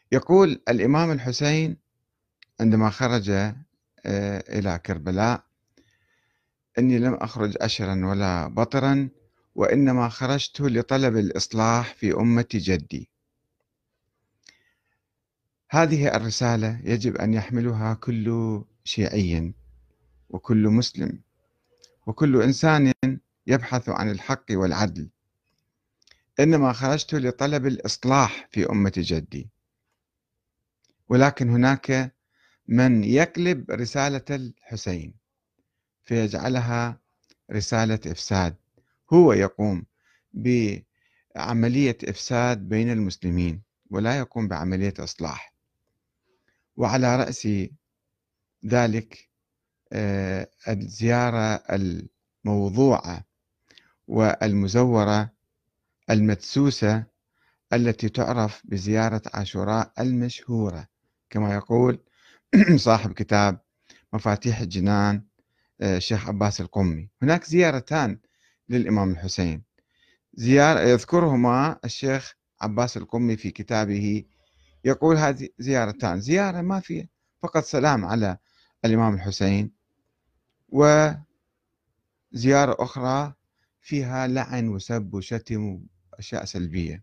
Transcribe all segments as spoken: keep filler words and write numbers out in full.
يقول الإمام الحسين عندما خرج آه، إلى كربلاء: إني لم أخرج أشرا ولا بطرا، وإنما خرجت لطلب الإصلاح في أمة جدي. هذه الرسالة يجب أن يحملها كل شيعي وكل مسلم وكل إنسان يبحث عن الحق والعدل. إنما خرجت لطلب الإصلاح في أمة جدي، ولكن هناك من يقلب رسالة الحسين فيجعلها رسالة إفساد. هو يقوم بعملية إفساد بين المسلمين ولا يقوم بعملية إصلاح. وعلى رأس ذلك آه، الزيارة الموضوعة والمزورة المدسوسة التي تعرف بزيارة عاشوراء المشهورة، كما يقول صاحب كتاب مفاتيح الجنان الشيخ عباس القمي. هناك زيارتان للإمام الحسين، زيارة يذكرهما الشيخ عباس القمي في كتابه، يقول هذه زيارتان: زيارة ما فيها فقط سلام على الإمام الحسين، وزيارة أخرى فيها لعن وسب وشتم وأشياء سلبية.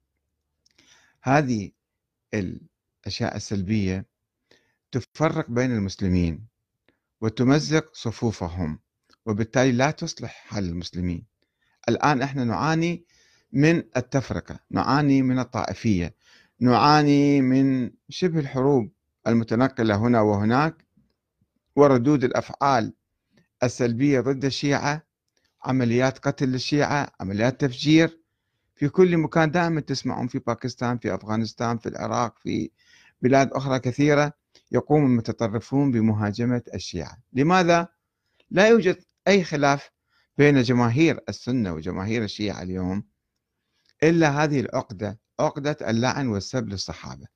هذه الأشياء السلبية تفرق بين المسلمين وتمزق صفوفهم، وبالتالي لا تصلح حال المسلمين. الآن احنا نعاني من التفرقة، نعاني من الطائفية، نعاني من شبه الحروب المتنقلة هنا وهناك، وردود الأفعال السلبية ضد الشيعة، عمليات قتل للشيعة، عمليات تفجير في كل مكان. دائما تسمعون في باكستان، في أفغانستان، في العراق، في بلاد أخرى كثيرة يقوم المتطرفون بمهاجمة الشيعة. لماذا؟ لا يوجد أي خلاف بين جماهير السنة وجماهير الشيعة اليوم إلا هذه العقدة، عقدة اللعن والسب للصحابة،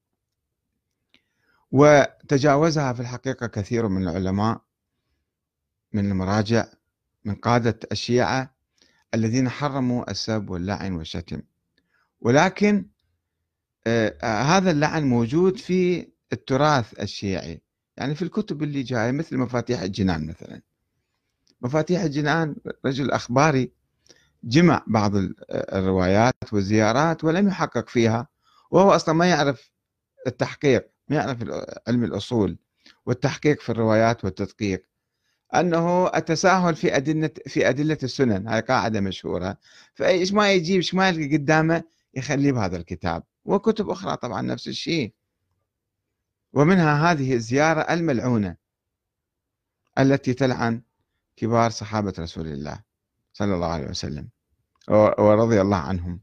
وتجاوزها في الحقيقة كثير من العلماء، من المراجع، من قادة الشيعة الذين حرموا السب واللعن والشتم. ولكن آه هذا اللعن موجود في التراث الشيعي، يعني في الكتب اللي جاية مثل مفاتيح الجنان مثلا. مفاتيح الجنان رجل أخباري جمع بعض الروايات والزيارات ولم يحقق فيها، وهو أصلا ما يعرف التحقيق، ما يعرف علم الأصول والتحقيق في الروايات والتدقيق، أنه التساهل في أدلة في أدلة السنن، هاي قاعدة مشهورة. فإيش ما يجيب إيش ما يلقي قدامه يخليه بهذا الكتاب، وكتب أخرى طبعا نفس الشيء. ومنها هذه الزيارة الملعونة التي تلعن كبار صحابة رسول الله صلى الله عليه وسلم ورضي الله عنهم،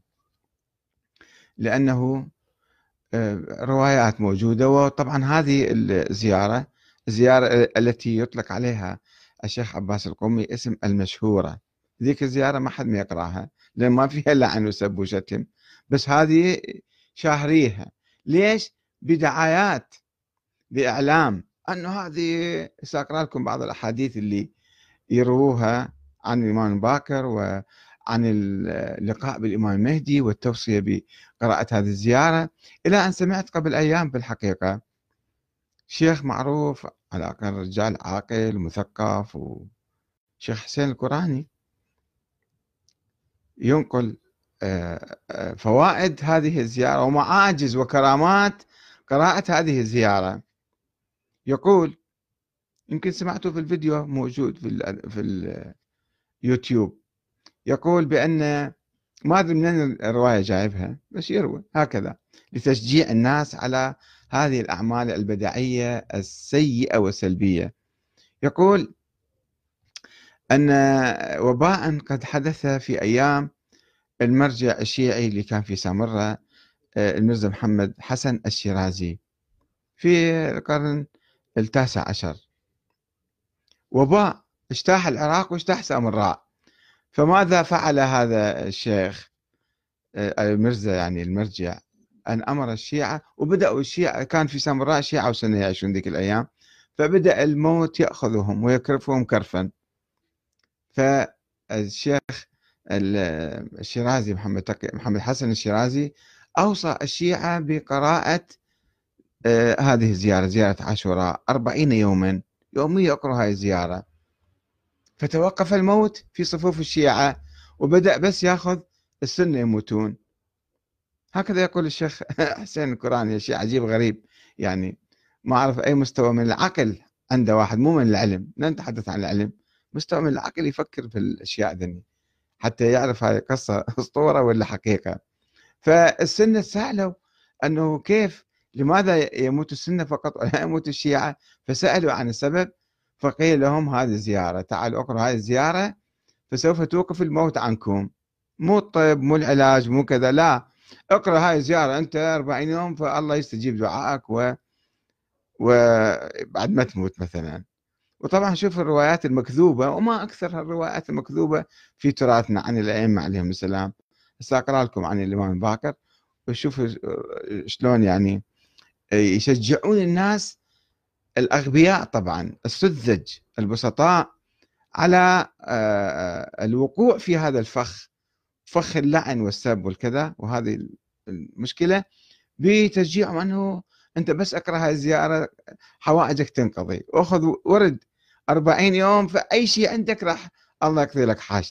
لأنه روايات موجودة. وطبعا هذه الزيارة، الزيارة التي يطلق عليها الشيخ عباس القومي اسم المشهورة، ذيك الزيارة ما حد ما يقرأها لأن ما فيها لعن وسب وشتم، بس هذه شاهريها. ليش؟ بدعايات، بإعلام، أنه هذه سأقرأ لكم بعض الأحاديث اللي يرووها عن الإمام باكر وعن اللقاء بالإمام المهدي والتوصية بقراءة هذه الزيارة، إلى أن سمعت قبل أيام بالحقيقة شيخ معروف على الأقل رجال عاقل مثقف وشيخ حسين القراني ينقل فوائد هذه الزيارة ومعاجز وكرامات قراءة هذه الزيارة. يقول، يمكن سمعتوا في الفيديو موجود في ال في اليوتيوب، يقول بأن، ما أدري من الرواية جايبها بس يروي هكذا لتشجيع الناس على هذه الأعمال البدعية السيئة والسلبية. يقول أن وباء قد حدث في أيام المرجع الشيعي اللي كان في سامرة، الميرزا محمد حسن الشيرازي، في القرن التاسع عشر. وباء اجتاح العراق واجتاح سامراء. فماذا فعل هذا الشيخ الميرزا يعني المرجع؟ أن أمر الشيعة، وبدأوا الشيعة، كان في سامراء شيعة وسنة يعيشون ذيك الأيام، فبدأ الموت يأخذهم ويكرفهم كرفا. فالشيخ الشيرازي محمد تقي محمد حسن الشيرازي أوصى الشيعة بقراءة آه هذه الزيارة، زيارة عاشوراء أربعين يوما يوميا يقرأ هاي الزيارة. فتوقف الموت في صفوف الشيعة وبدأ بس ياخذ السنة يموتون. هكذا يقول الشيخ حسين الكوراني. شيء عجيب غريب، يعني ما أعرف أي مستوى من العقل عنده واحد، مو من العلم، لا نتحدث عن العلم، مستوى من العقل يفكر في الأشياء ذني حتى يعرف هذه قصة أسطورة ولا حقيقة. فالسنة سألوا أنه كيف، لماذا يموت السنة فقط ولا يموت الشيعة؟ فسألوا عن السبب، فقيل لهم هذه الزيارة، تعالوا اقرأوا هذه الزيارة فسوف توقف الموت عنكم. مو الطب، مو العلاج، مو كذا، لا، اقرأ هاي الزيارة أنت أربعين يوم فالله يستجيب دعائك و... وبعد ما تموت مثلا. وطبعا شوف الروايات المكذوبة، وما أكثر الروايات المكذوبة في تراثنا عن الأئمة عليهم السلام. هسه أقرأ لكم عن الإمام الباقر وشوفوا شلون يعني يشجعون الناس الأغبياء طبعا السذج البسطاء على الوقوع في هذا الفخ، فخ اللعن والسب والكذا، وهذه المشكلة، بتشجيعهم أنه أنت بس اقرأ هاي الزيارة حوائجك تنقضي، وأخذ ورد أربعين يوم فأي شيء عندك راح الله يقضي لك حاجتك.